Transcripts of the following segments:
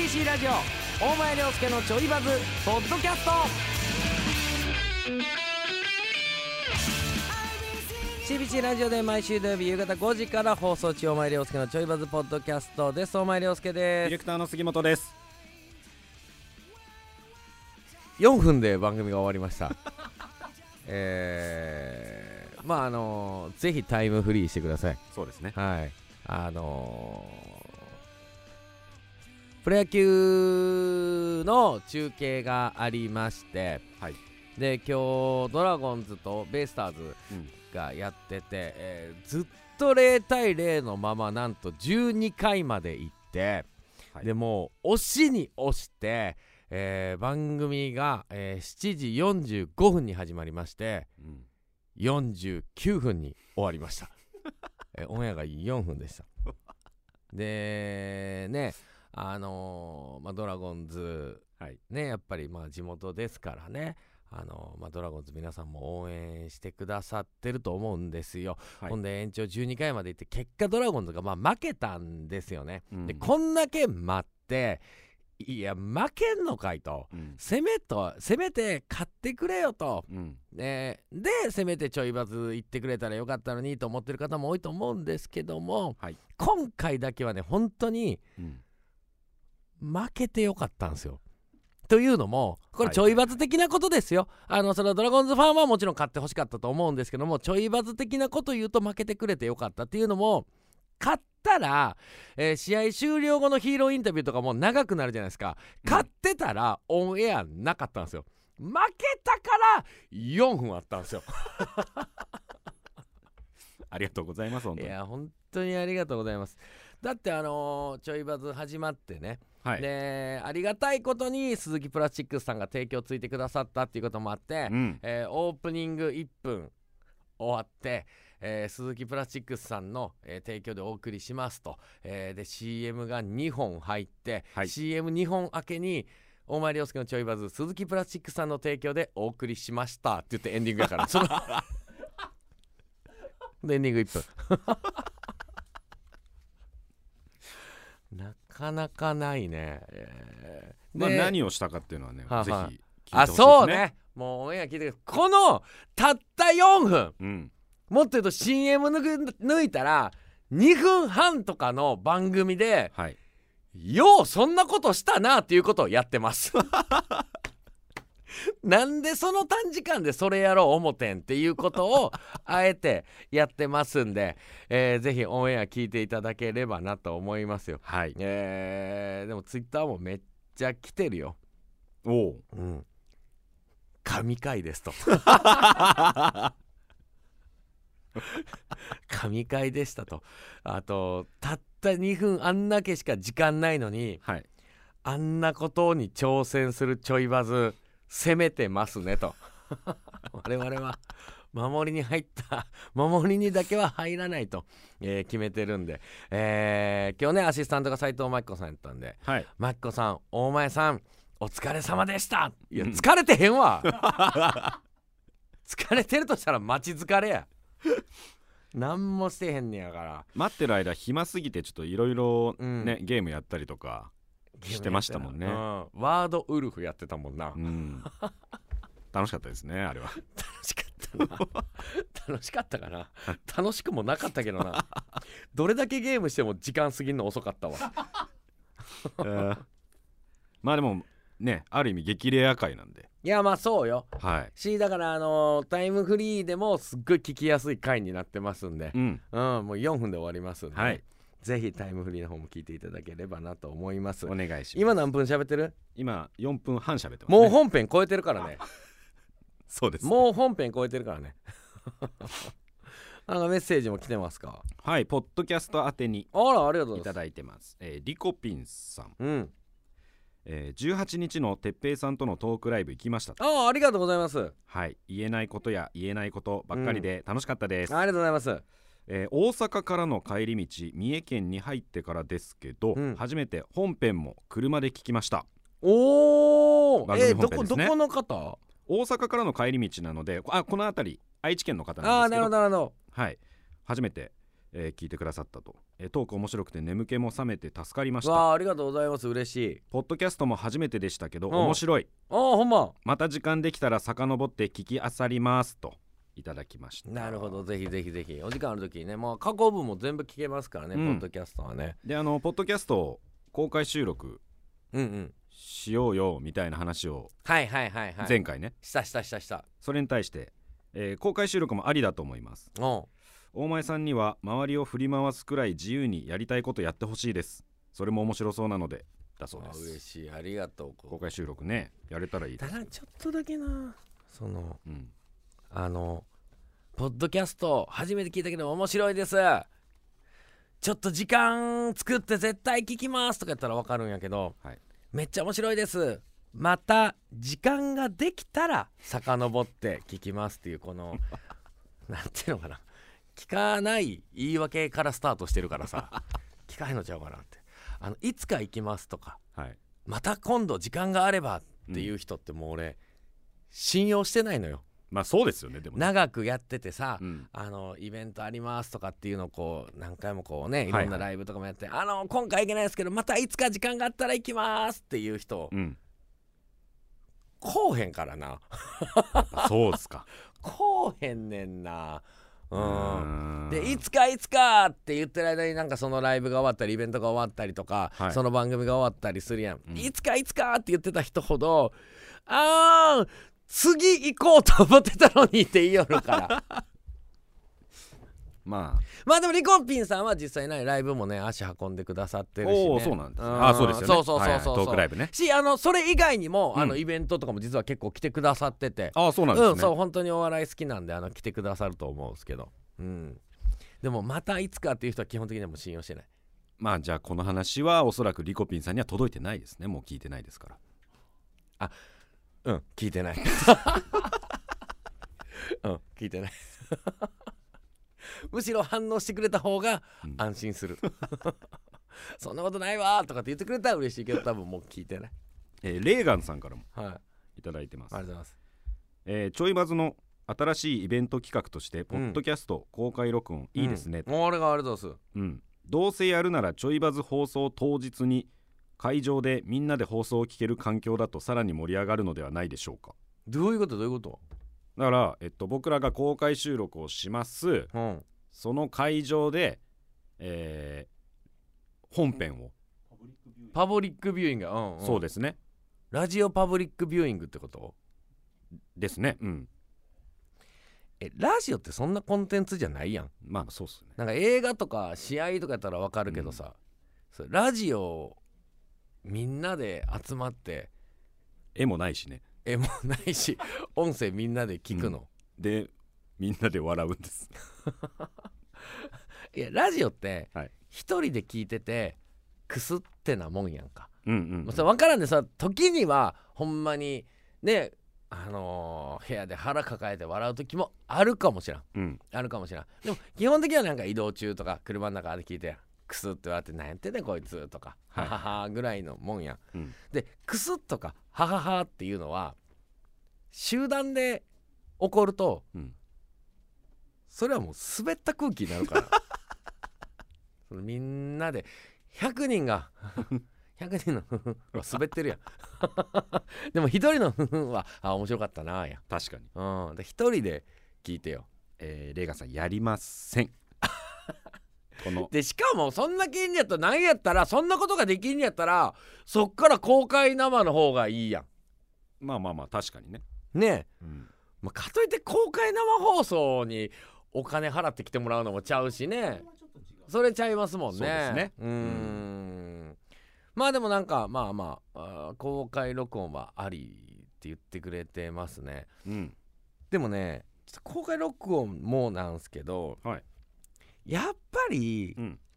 CBC ラジオ大前涼介のちょいバズポッドキャスト。 CBC ラジオで毎週土曜日夕方5時から放送中、大前涼介のちょいバズポッドキャストです。大前涼介です。 ディレクターの杉本です。 4分で番組が終わりましたぜひタイムフリーしてください。 そうですね。 はい。プロ野球の中継がありまして、 はい、 で今日ドラゴンズとベイスターズがやってて、ずっと0対0のままなんと12回まで行って、はい、でもう押しに押して、番組が、7時45分に始まりまして、49分に終わりましたオンエアが4分でしたでね、ドラゴンズ、はい、ね、やっぱり地元ですからね、ドラゴンズ皆さんも応援してくださってると思うんですよ、はい、ほんで延長12回まで行って結果ドラゴンズが負けたんですよね、でこんだけ待っていや負けんのかいと、せめて勝ってくれよと、でせめてちょいバズ行ってくれたらよかったのにと思ってる方も多いと思うんですけども、はい、今回だけはね本当に、負けてよかったんですよ。というのもこれちょいバズ的なことですよ、そのドラゴンズファンはもちろん勝ってほしかったと思うんですけども、ちょいバズ的なこと言うと負けてくれてよかったっていうのも、勝ったら、試合終了後のヒーローインタビューとかも長くなるじゃないですか。勝ってたらオンエアなかったんですよ。負けたから4分あったんですよありがとうございます。本当に。 いや本当にありがとうございます。だってちょいバズ始まってね、はい、でありがたいことに鈴木プラスチックスさんが提供ついてくださったっていうこともあって、オープニング1分終わって、鈴木プラスチックスさんの、提供でお送りしますと、で CM が2本入って、はい、CM2 本明けに大前涼介のちょいバズ鈴木プラスチックスさんの提供でお送りしましたって言ってエンディングやからそのでエンディング1分なかなかないね、 何をしたかっていうのはね、ぜひ聞いてほしいですね。 そうね、もうオンエア聞いてください。このたった4分、もっと言うと CM 抜いたら2分半とかの番組で、はい、ようそんなことしたなっていうことをやってますなんでその短時間でそれやろう思てんっていうことをあえてやってますんで、ぜひオンエア聞いていただければなと思いますよ。はい、でもツイッターもめっちゃ来てるよ。おう、神回ですと神回でしたと、あとたった2分あんだけしか時間ないのに、はい、あんなことに挑戦するちょいバズ攻めてますねと我々は守りに入った守りにだけは入らないと、決めてるんで、今日ねアシスタントが斉藤真紀子さんやったんで、はい、真紀子さん大前さんお疲れ様でした。いや疲れてへんわ疲れてるとしたら待ち疲れや何もしてへんねやから。 待ってる間暇すぎてちょっといろいろね、ゲームやったりとかしてましたもんね。 ワードウルフやってたもんな、 楽しかったですねあれは。 楽しかったな楽しかったかな楽しくもなかったけどなどれだけゲームしても時間過ぎるの遅かったわでもね、ある意味激レア回なんで。 いやそうよ、はい、だからタイムフリーでもすっごい聞きやすい回になってますんで、もう4分で終わりますんで、はい、ぜひタイムフリーの方も聞いていただければなと思います。 お願いします。 今何分喋ってる？ 今4分半喋ってます、 ね、もう本編超えてるからねそうです、ね、 もう本編超えてるからねメッセージも来てますか？ はい、ポッドキャスト宛てにありがとうございます。 いただいてます。リコピンさん、18日のてっぺいさんとのトークライブ行きました。 ありがとうございます。 はい、言えないことや言えないことばっかりで楽しかったです、 ありがとうございます。 大阪からの帰り道三重県に入ってからですけど、初めて本編も車で聞きました。 おー、 番組本編ですね。 どこの方？ 大阪からの帰り道なので、この辺り愛知県の方なんですけど、 なるほど。 はい、初めて聞いてくださったと、トーク面白くて眠気も覚めて助かりました。 わあ、ありがとうございます。嬉しい。 ポッドキャストも初めてでしたけど面白い。 ほんま。 また時間できたら遡って聞きあさりますといただきました。 なるほど、ぜひぜひぜひお時間ある時にね、まあ過去分も全部聞けますからね、ポッドキャストはね。 でポッドキャスト公開収録しようよみたいな話を前回ねしたそれに対して、公開収録もありだと思います。大前さんには周りを振り回すくらい自由にやりたいことやってほしいです。それも面白そうなのでだそうです。 嬉しい、ありがとう。 公開収録ねやれたらいいです。 ただちょっとだけな、ポッドキャスト初めて聞いたけど面白いです、ちょっと時間作って絶対聞きますとかやったら分かるんやけど、めっちゃ面白いです、また時間ができたら遡って聞きますっていうこのなんていうのかな、聞かない言い訳からスタートしてるからさ聞かへんのちゃうかなって。いつか行きますとか、また今度時間があればっていう人ってもう俺、信用してないのよ。 まあそうですよね。でも長くやっててさ、イベントありますとかっていうのをこう何回もこうね、いろんなライブとかもやって、今回行けないですけどまたいつか時間があったら行きますっていう人、こうへんからなそうですかこうへんねんな。でいつかって言ってる間になんかそのライブが終わったりイベントが終わったりとか、その番組が終わったりするやん、いつかって言ってた人ほど次行こうと思ってたのにって言いよるからまあでもリコピンさんは実際ねライブもね足運んでくださってるしね。 そうなんですね。そうですよね。 そうトークライブね。 それ以外にもイベントとかも実は結構来てくださってて、 そうなんですね。 そう本当にお笑い好きなんで来てくださると思うんですけど、でもまたいつかっていう人は基本的にはもう信用してない。 まあじゃあこの話はおそらくリコピンさんには届いてないですね。もう聞いてないですから。 聞いてない聞いてないむしろ反応してくれた方が安心する、そんなことないわとかって言ってくれたら嬉しいけど多分もう聞いてない。 レーガンさんからもいただいてます。 ありがとうございます。ちょいバズの新しいイベント企画としてポッドキャスト公開録音いいですね。 ありがとうございます。 どうせやるならちょいバズ放送当日に会場でみんなで放送を聞ける環境だとさらに盛り上がるのではないでしょうか。 どういうことだから、僕らが公開収録をします、その会場で、本編をパブリックビューイング、 そうですね、 ラジオパブリックビューイングってことですね。 ラジオってそんなコンテンツじゃないやん。 まあそうっすね。 なんか映画とか試合とかやったら分かるけどさ、ラジオみんなで集まって絵もないしね。 絵もないし音声みんなで聞くの、 でみんなで笑うんですいやラジオって一人で聞いててくすってなもんやんか。それ分からんでさ、時にはほんまにね部屋で腹抱えて笑う時もあるかもしらん、あるかもしらん。でも基本的にはなんか移動中とか車の中で聞いてクスって言われて何やってんねんこいつとか、はははぐらいのもんやん、でクスとかはははっていうのは集団で起こると、それはもう滑った空気になるからそのみんなで100人が100人の滑ってるやんでも1人のは面白かったなや。 確かに。 で1人で聞いてよ。 レイガンさんやりませんでしかもそんな気にやったら何やったらそんなことができんやったらそっから公開生の方がいいやん。 まあ確かにね。 かといって公開生放送にお金払ってきてもらうのもちゃうしね。それちゃいますもんね。そうですね。まあでもなんかまあ公開録音はありって言ってくれてますね。でもねちょっと公開録音もなんすけど、やっぱり、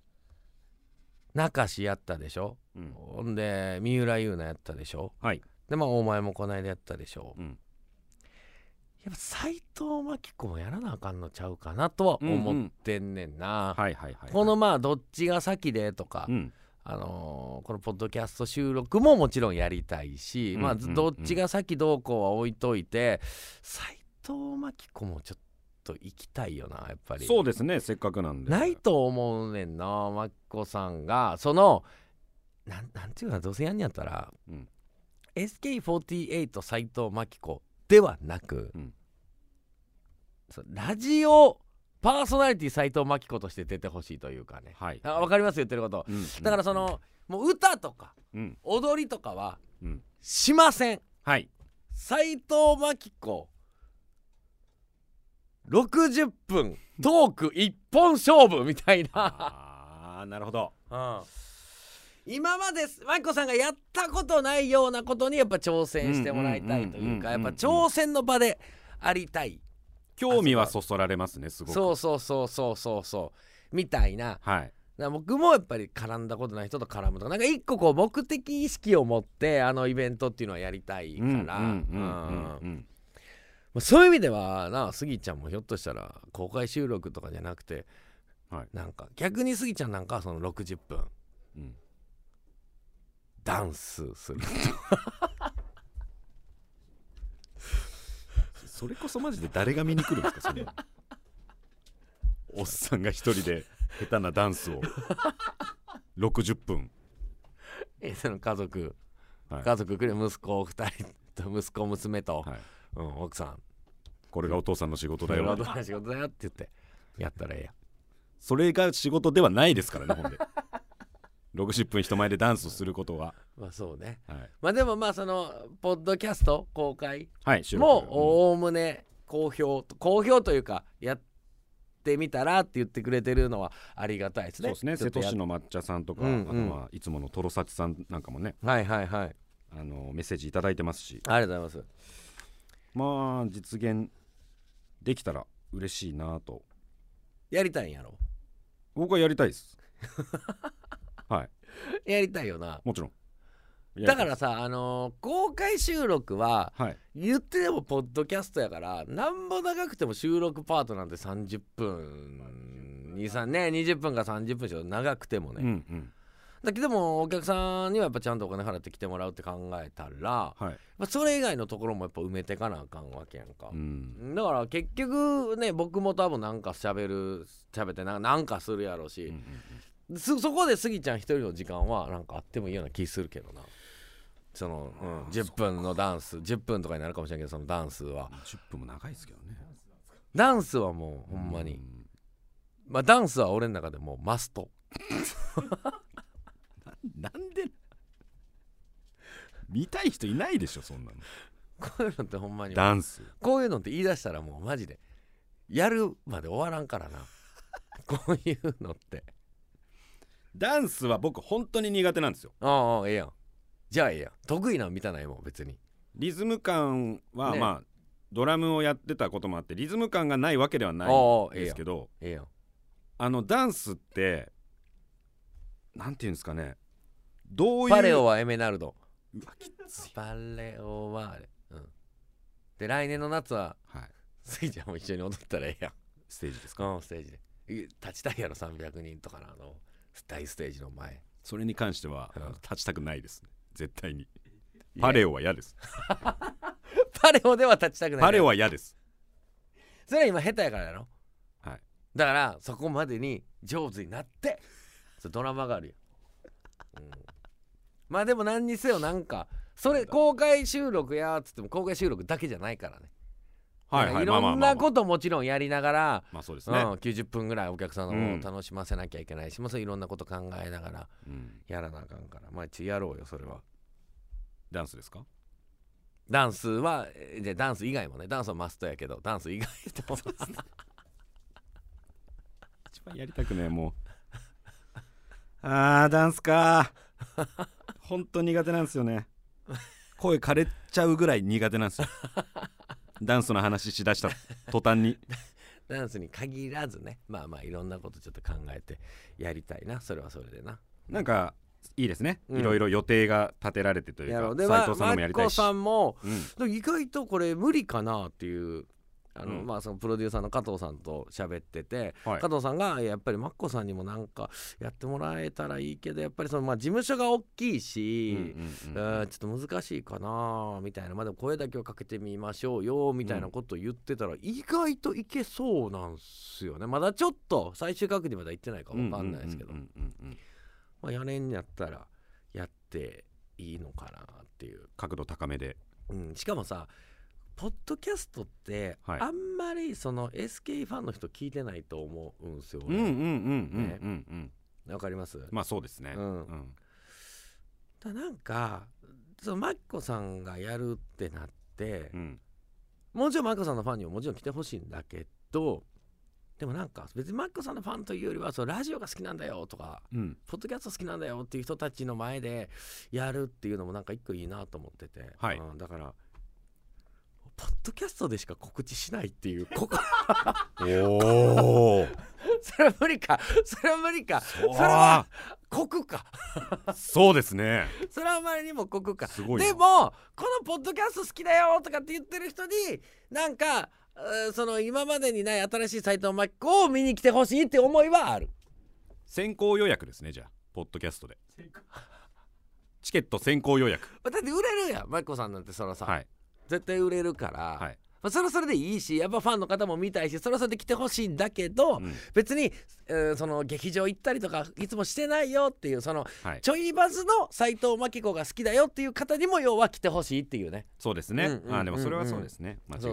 中志やったでしょ、ほんで三浦優奈やったでしょ、でお前もこないだやったでしょ、やっぱ斎藤真希子もやらなあかんのちゃうかなとは思ってんねんな。このどっちが先でとか、このポッドキャスト収録ももちろんやりたいし、どっちが先どうこうは置いといて斎藤真希子もちょっと人行きたいよなやっぱり。 そうですね、せっかくなんで。 ないと思うねんなマッコさんがそのなんていうかどうせやんやったら、うん、SK48 斎藤真希子ではなく、うん、ラジオパーソナリティ斎藤真希子として出てほしいというかね、はい、わかります言ってること、うん、だからその、もう歌とか、うん、踊りとかは、うん、しません。はい斎藤真希子60分トーク一本勝負みたいなあーなるほど、うん、 今まで真希子さんがやったことないようなことにやっぱ挑戦してもらいたいというかやっぱ挑戦の場でありたい。 興味はそそられますねすごく。 そうみたいな、はい、だ僕もやっぱり絡んだことない人と絡むとかなんか一個こう目的意識を持ってイベントっていうのはやりたいからそういう意味ではなスギちゃんもひょっとしたら公開収録とかじゃなくて、はい、なんか逆にスギちゃんなんかその60分、うん、ダンスするそれこそマジで誰が見に来るんですかそのおっさんが一人で下手なダンスを60分その家族くれ息子2人と息子娘と、はいうん、奥さんこれがお父さんの仕事だよこれがお父さんの仕事だよって言ってやったらええやん。 それが仕事ではないですからねほんで60分人前でダンスすることはまあそうね、はい、まあでもまあそのポッドキャスト公開もおおむね好評というかやってみたらって言ってくれてるのはありがたいですね。 そうですね瀬戸市の抹茶さんとか、あとはいつものトロサチさんなんかもねはいメッセージいただいてますしありがとうございます。 まあ実現できたら嬉しいなと。 やりたいんやろ。 僕はやりたいですはいやりたいよな。 もちろんだからさ公開収録は、はい、言ってでもポッドキャストやからなんぼ長くても収録パートなんて30分23ね20分か30分しか長くてもね、うんうんだけどもお客さんにはやっぱちゃんとお金払って来てもらうって考えたら、はい、それ以外のところもやっぱ埋めてかなあかんわけやんか、うん、だから結局ね僕も多分なんか喋ってなんかするやろうし、うんうんうん、そこでスギちゃん一人の時間はなんかあってもいいような気するけどな。その、10分のダンス10分とかになるかもしれないけどそのダンスは 10分も長いですけどね。 ダンスはもうほんまにまあダンスは俺の中でもうマストなんで見たい人いないでしょそんなの。 こういうのってほんまにダンスこういうのって言い出したらもうマジでやるまで終わらんからなこういうのってダンスは僕本当に苦手なんですよ。 ああええやんじゃあええやん得意なの見たないもん別に。 リズム感は、ね、まあドラムをやってたこともあってリズム感がないわけではないんですけどええやんダンスってなんていうんですかねどういうパレオはエメナルドうわきついパレオはあれ、うん、で来年の夏は、はい、スギちゃんも一緒に踊ったらええやん。 ステージですか。 うんステージで立ちたいやろ300人とかの大ステージの前。 それに関しては、立ちたくないですね絶対に。パレオは嫌ですパレオでは立ちたくない。 パレオは嫌です。 それは今下手やからやろ、 はい、 だからそこまでに上手になってドラマがあるよ、うん、まあでも何にせよなんかそれ公開収録やっつっても公開収録だけじゃないからね。はいはい、いろんなこともちろんやりながら、 まあそうですね、 90分ぐらいお客さんを楽しませなきゃいけないし、まあそういろんなこと考えながらやらなあかんから、まあ一応やろうよそれは。 ダンスですか。 ダンスはじゃダンス以外もね。ダンスはマストやけどダンス以外と一番やりたくねもうダンスかほんと苦手なんですよね。声枯れちゃうぐらい苦手なんですよダンスの話しだした途端にダンスに限らずねまあまあいろんなことちょっと考えてやりたいな。それはそれでな。 なんかいいですね、いろいろ予定が立てられてというか斉藤さんもやりたいしマッコさんも、意外とこれ無理かなっていうまあそのプロデューサーの加藤さんと喋ってて、 はい、 加藤さんがやっぱりマッコさんにもなんかやってもらえたらいいけど、やっぱりそのまあ事務所が大きいし、ちょっと難しいかなみたいな、まあでも声だけをかけてみましょうよみたいなことを言ってたら、意外といけそうなんすよね。まだちょっと最終確認まで行ってないか分かんないですけど、まあやれんやったらやっていいのかなっていう角度高めで、 しかもさポッドキャストってあんまりその SK ファンの人聞いてないと思うんすよね。わかります？ まあそうですね。 だなんかそのマッコさんがやるってなって、もちろんマッコさんのファンにももちろん来てほしいんだけど、でもなんか別にマッコさんのファンというよりは、そのラジオが好きなんだよとか、ポッドキャスト好きなんだよっていう人たちの前でやるっていうのもなんか一個いいなと思ってて、だからポッドキャストでしか告知しないっていうおそれは無理か、それは酷かそうですね。 それはあまりにも酷か。 すごいな。 でもこのポッドキャスト好きだよとかって言ってる人になんかその今までにない新しい斎藤真希子を見に来てほしいって思いはある。 先行予約ですね。じゃあポッドキャストでチケット先行予約だって売れるやん、真希子さんなんて。そらさ、絶対売れるから、それはそれでいいし、やっぱファンの方も見たいし、それはそれで来てほしいんだけど、別に、その劇場行ったりとかいつもしてないよっていう、その、ちょいバズの斎藤真希子が好きだよっていう方にも要は来てほしいっていうね。 そうですね。でもそれはそうですね。 そう。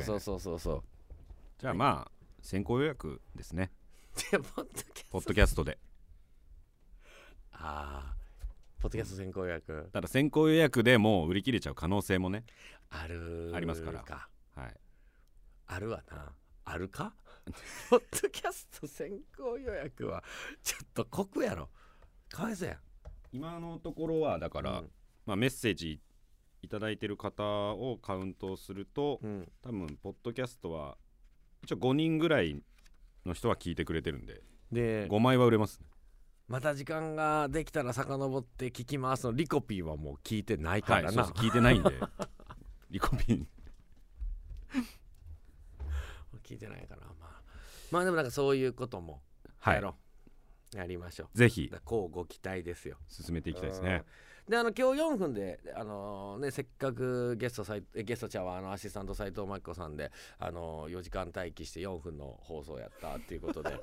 じゃあまあ先行予約ですね。ポッドキャストで。 ポッドキャスト先行予約。 ただ先行予約でもう売り切れちゃう可能性もねありますから。 あるわな。あるかポッドキャスト先行予約はちょっと酷やろ。かわいそうやん。 今のところはだから、メッセージいただいてる方をカウントすると、多分ポッドキャストは一応5人ぐらいの人は聞いてくれてるんで、5枚は売れますね。 また時間ができたら遡って聞きますのリコピーはもう聞いてないからな。 聞いてないんでリコピー聞いてないからまあでもなんかそういうこともやろう、やりましょう。 ぜひこうご期待ですよ。 進めていきたいですね。 で今日4分でせっかくゲストちゃうわアシスタント斎藤真希子さんで4時間待機して4分の放送やったっていうことで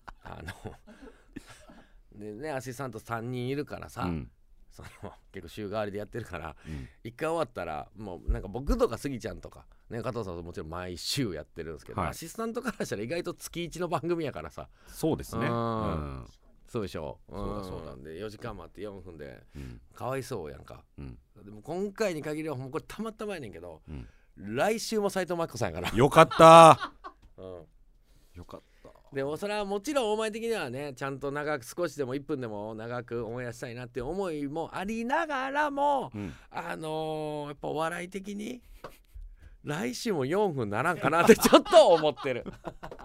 でね、アシスタント3人いるからさ、結構週替わりでやってるから、1回終わったらもうなんか僕とかスギちゃんとか、ね、加藤さんともちろん毎週やってるんですけど、アシスタントからしたら意外と月1の番組やからさ。 そうですね。 そうでしょ。 そうなんで4時間待って4分で、かわいそうやんか。でも今回に限りはもうこれたまたまやねんけど、来週も斎藤真希子さんやから。 よかったよかった。 でもそれはもちろんお前的にはね、ちゃんと長く少しでも1分でも長くオンエアしたいなっていう思いもありながらも、やっぱお笑い的に来週も4分ならんかなってちょっと思ってる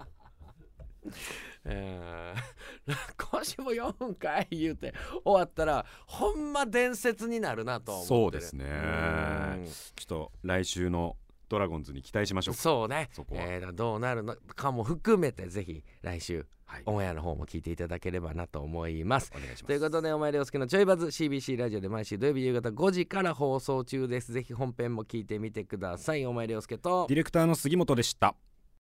今週も4分かい言うて終わったらほんま伝説になるなと思ってる。 そうですね。ちょっと来週のドラゴンズに期待しましょう。 そうね。どうなるのかも含めてぜひ来週、オンエアの方も聞いていただければなと思います。 お願いします。 ということで、お前涼介のちょいバズ CBC ラジオで毎週土曜日夕方5時から放送中です。ぜひ本編も聞いてみてください。お前涼介とディレクターの杉本でした。